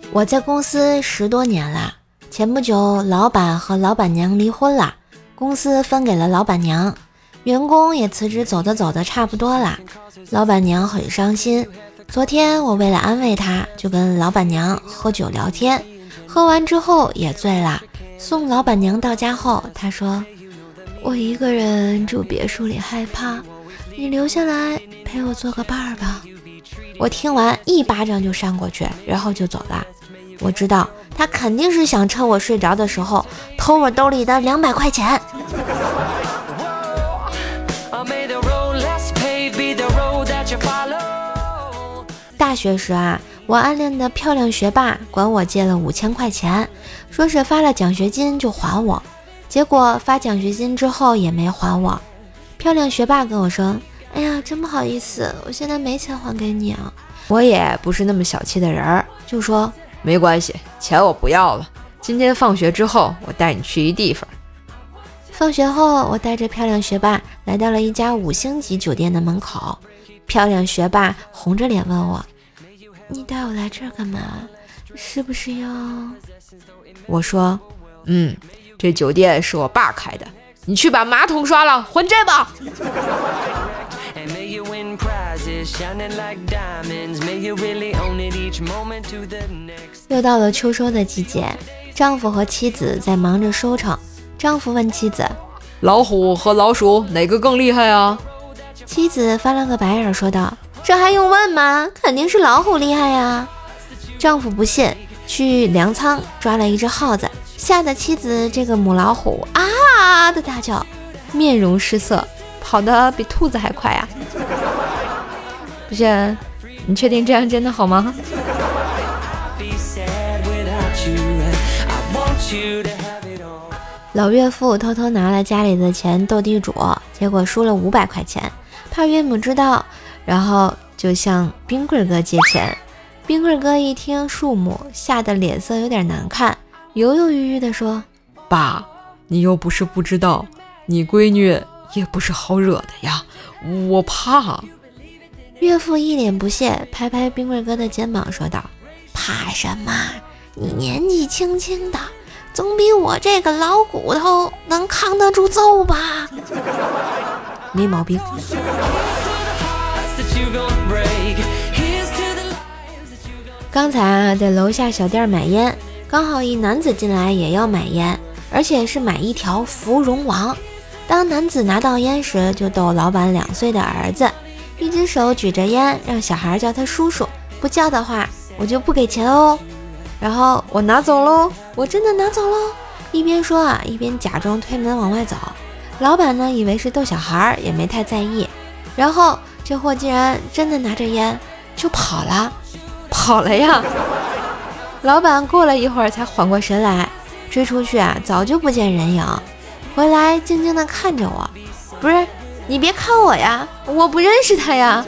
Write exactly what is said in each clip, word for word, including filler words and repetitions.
我在公司十多年了，前不久老板和老板娘离婚了，公司分给了老板娘，员工也辞职走的走的差不多了，老板娘很伤心。昨天我为了安慰她，就跟老板娘喝酒聊天，喝完之后也醉了。送老板娘到家后，她说：我一个人住别墅里害怕，你留下来陪我做个伴儿吧。我听完一巴掌就扇过去，然后就走了。我知道他肯定是想趁我睡着的时候偷我兜里的两百块钱。大学时啊，我暗恋的漂亮学霸管我借了五千块钱，说是发了奖学金就还我，结果发奖学金之后也没还我。漂亮学霸跟我说：哎呀，真不好意思，我现在没钱还给你啊。我也不是那么小气的人，就说没关系，钱我不要了，今天放学之后我带你去一地方。 放学后，我带着漂亮学霸来到了一家五星级酒店的门口。漂亮学霸红着脸问我：你带我来这儿干嘛？是不是要…… 我说：嗯，这酒店是我爸开的，你去把马桶刷了还债吧。 又到了秋收的季节，丈夫和妻子在忙着收成。丈夫问妻子： 老虎和老鼠哪个更厉害啊？ 妻子翻了个白眼说道：这还用问吗？肯定是老虎厉害呀。丈夫不信，去粮仓抓了一只耗子，吓得妻子这个母老虎啊的大叫，面容失色，跑得比兔子还快啊。不是，你确定这样真的好吗？老岳父偷偷拿了家里的钱斗地主，结果输了五百块钱，怕岳母知道，然后就向冰棍哥借钱。冰棍哥一听数目，吓得脸色有点难看，犹犹豫豫地说： 爸，你又不是不知道，你闺女也不是好惹的呀，我怕。 岳父一脸不屑，拍拍冰棍哥的肩膀说道：怕什么？你年纪轻轻的，总比我这个老骨头能扛得住揍吧？没毛病。刚才啊，在楼下小店买烟，刚好一男子进来也要买烟，而且是买一条芙蓉王。当男子拿到烟时，就逗老板两岁的儿子，一只手举着烟，让小孩叫他叔叔，不叫的话我就不给钱哦。然后我拿走喽，我真的拿走喽。一边说啊，一边假装推门往外走。老板呢，以为是逗小孩，也没太在意。然后这货竟然真的拿着烟就跑了，跑了呀！老板过了一会儿才缓过神来，追出去啊，早就不见人影。回来静静地看着我，不是，你别看我呀，我不认识他呀。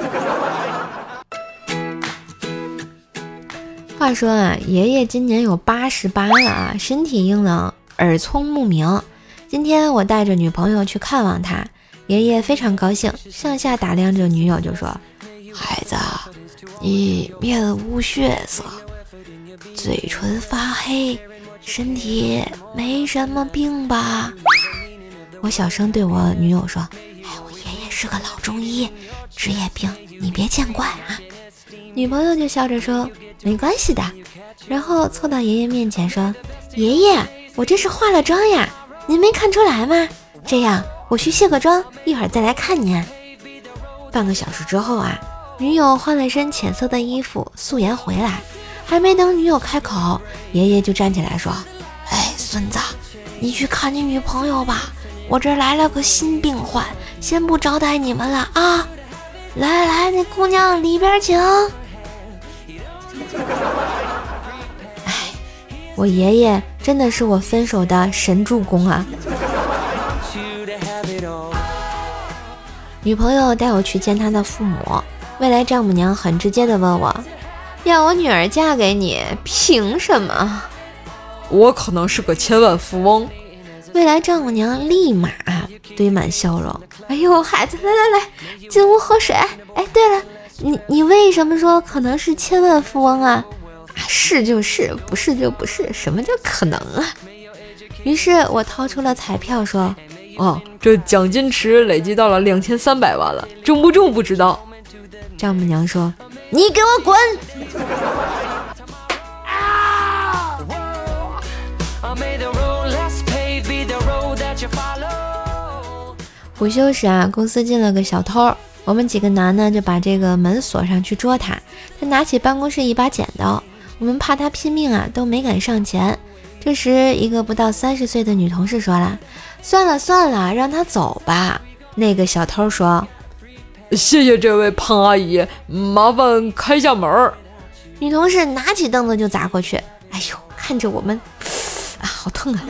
话说啊，爷爷今年有八十八了啊，身体硬朗，耳聪目明。今天我带着女朋友去看望他，爷爷非常高兴，上下打量着女友就说：孩子，你面无血色，嘴唇发黑，身体没什么病吧？我小声对我女友说：哎，我爷爷是个老中医，职业病你别见怪啊。女朋友就笑着说：没关系的。然后凑到爷爷面前说：爷爷，我这是化了妆呀，您没看出来吗？这样我去卸个妆，一会儿再来看您。半个小时之后啊，女友换了身浅色的衣服，素颜回来，还没等女友开口，爷爷就站起来说：哎，孙子，你去看你女朋友吧，我这来了个新病患，先不招待你们了啊！来来，那姑娘里边请。哎，我爷爷真的是我分手的神助攻啊！女朋友带我去见她的父母，未来丈母娘很直接的问我：要我女儿嫁给你，凭什么？ 我可能是个千万富翁。 未来丈母娘立马堆满笑容。哎呦，孩子，来来来，进屋喝水。哎，对了，你你为什么说可能是千万富翁啊？ 是就是，不是就不是，什么叫可能啊？于是我掏出了彩票说， 哦，这奖金池累积到了两千三百万了，中不中不知道。 丈母娘说，你给我滚！午休时啊，公司进了个小偷，我们几个男呢就把这个门锁上去捉他。他拿起办公室一把剪刀，我们怕他拼命啊，都没敢上前。这时，一个不到三十岁的女同事说了：“算了算了，让他走吧。”那个小偷说：“ 谢谢这位胖阿姨，麻烦开下门。” 女同事拿起凳子就砸过去，哎呦，看着我们，啊，好痛啊！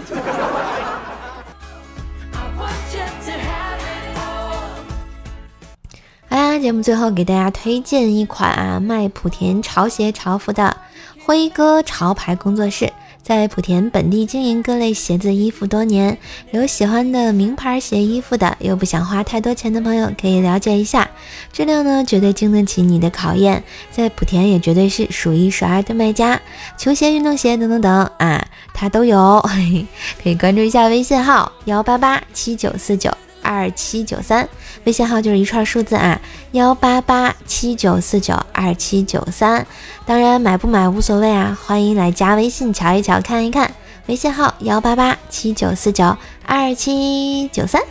好啦，节目最后给大家推荐一款啊卖莆田潮鞋潮服的辉哥潮牌工作室，在莆田本地经营各类鞋子衣服多年，有喜欢的名牌鞋衣服的，又不想花太多钱的朋友可以了解一下，质量呢绝对经得起你的考验，在莆田也绝对是数一数二的卖家，球鞋、运动鞋等等等啊，它都有，可以关注一下微信号幺八八七九四九二七九三，微信号就是一串数字啊，幺八八七九四九二七九三。当然买不买无所谓啊，欢迎来加微信瞧一瞧看一看，微信号幺八八七九四九二七九三。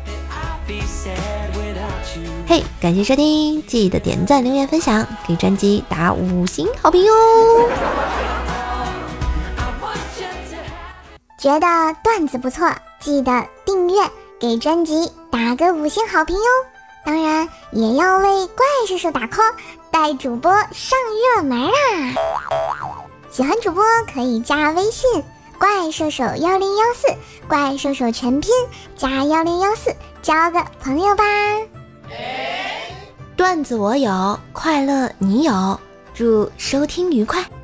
嘿，感谢收听，记得点赞、留言、分享，给专辑打五星好评哟。 觉得段子不错，记得订阅。给专辑打个五星好评哟！当然也要为怪兽手打 call， 带主播上热门啊！喜欢主播可以加微信怪兽手幺零幺四，怪兽手全拼加幺零幺四，交个朋友吧。 段子我有，快乐你有，祝收听愉快。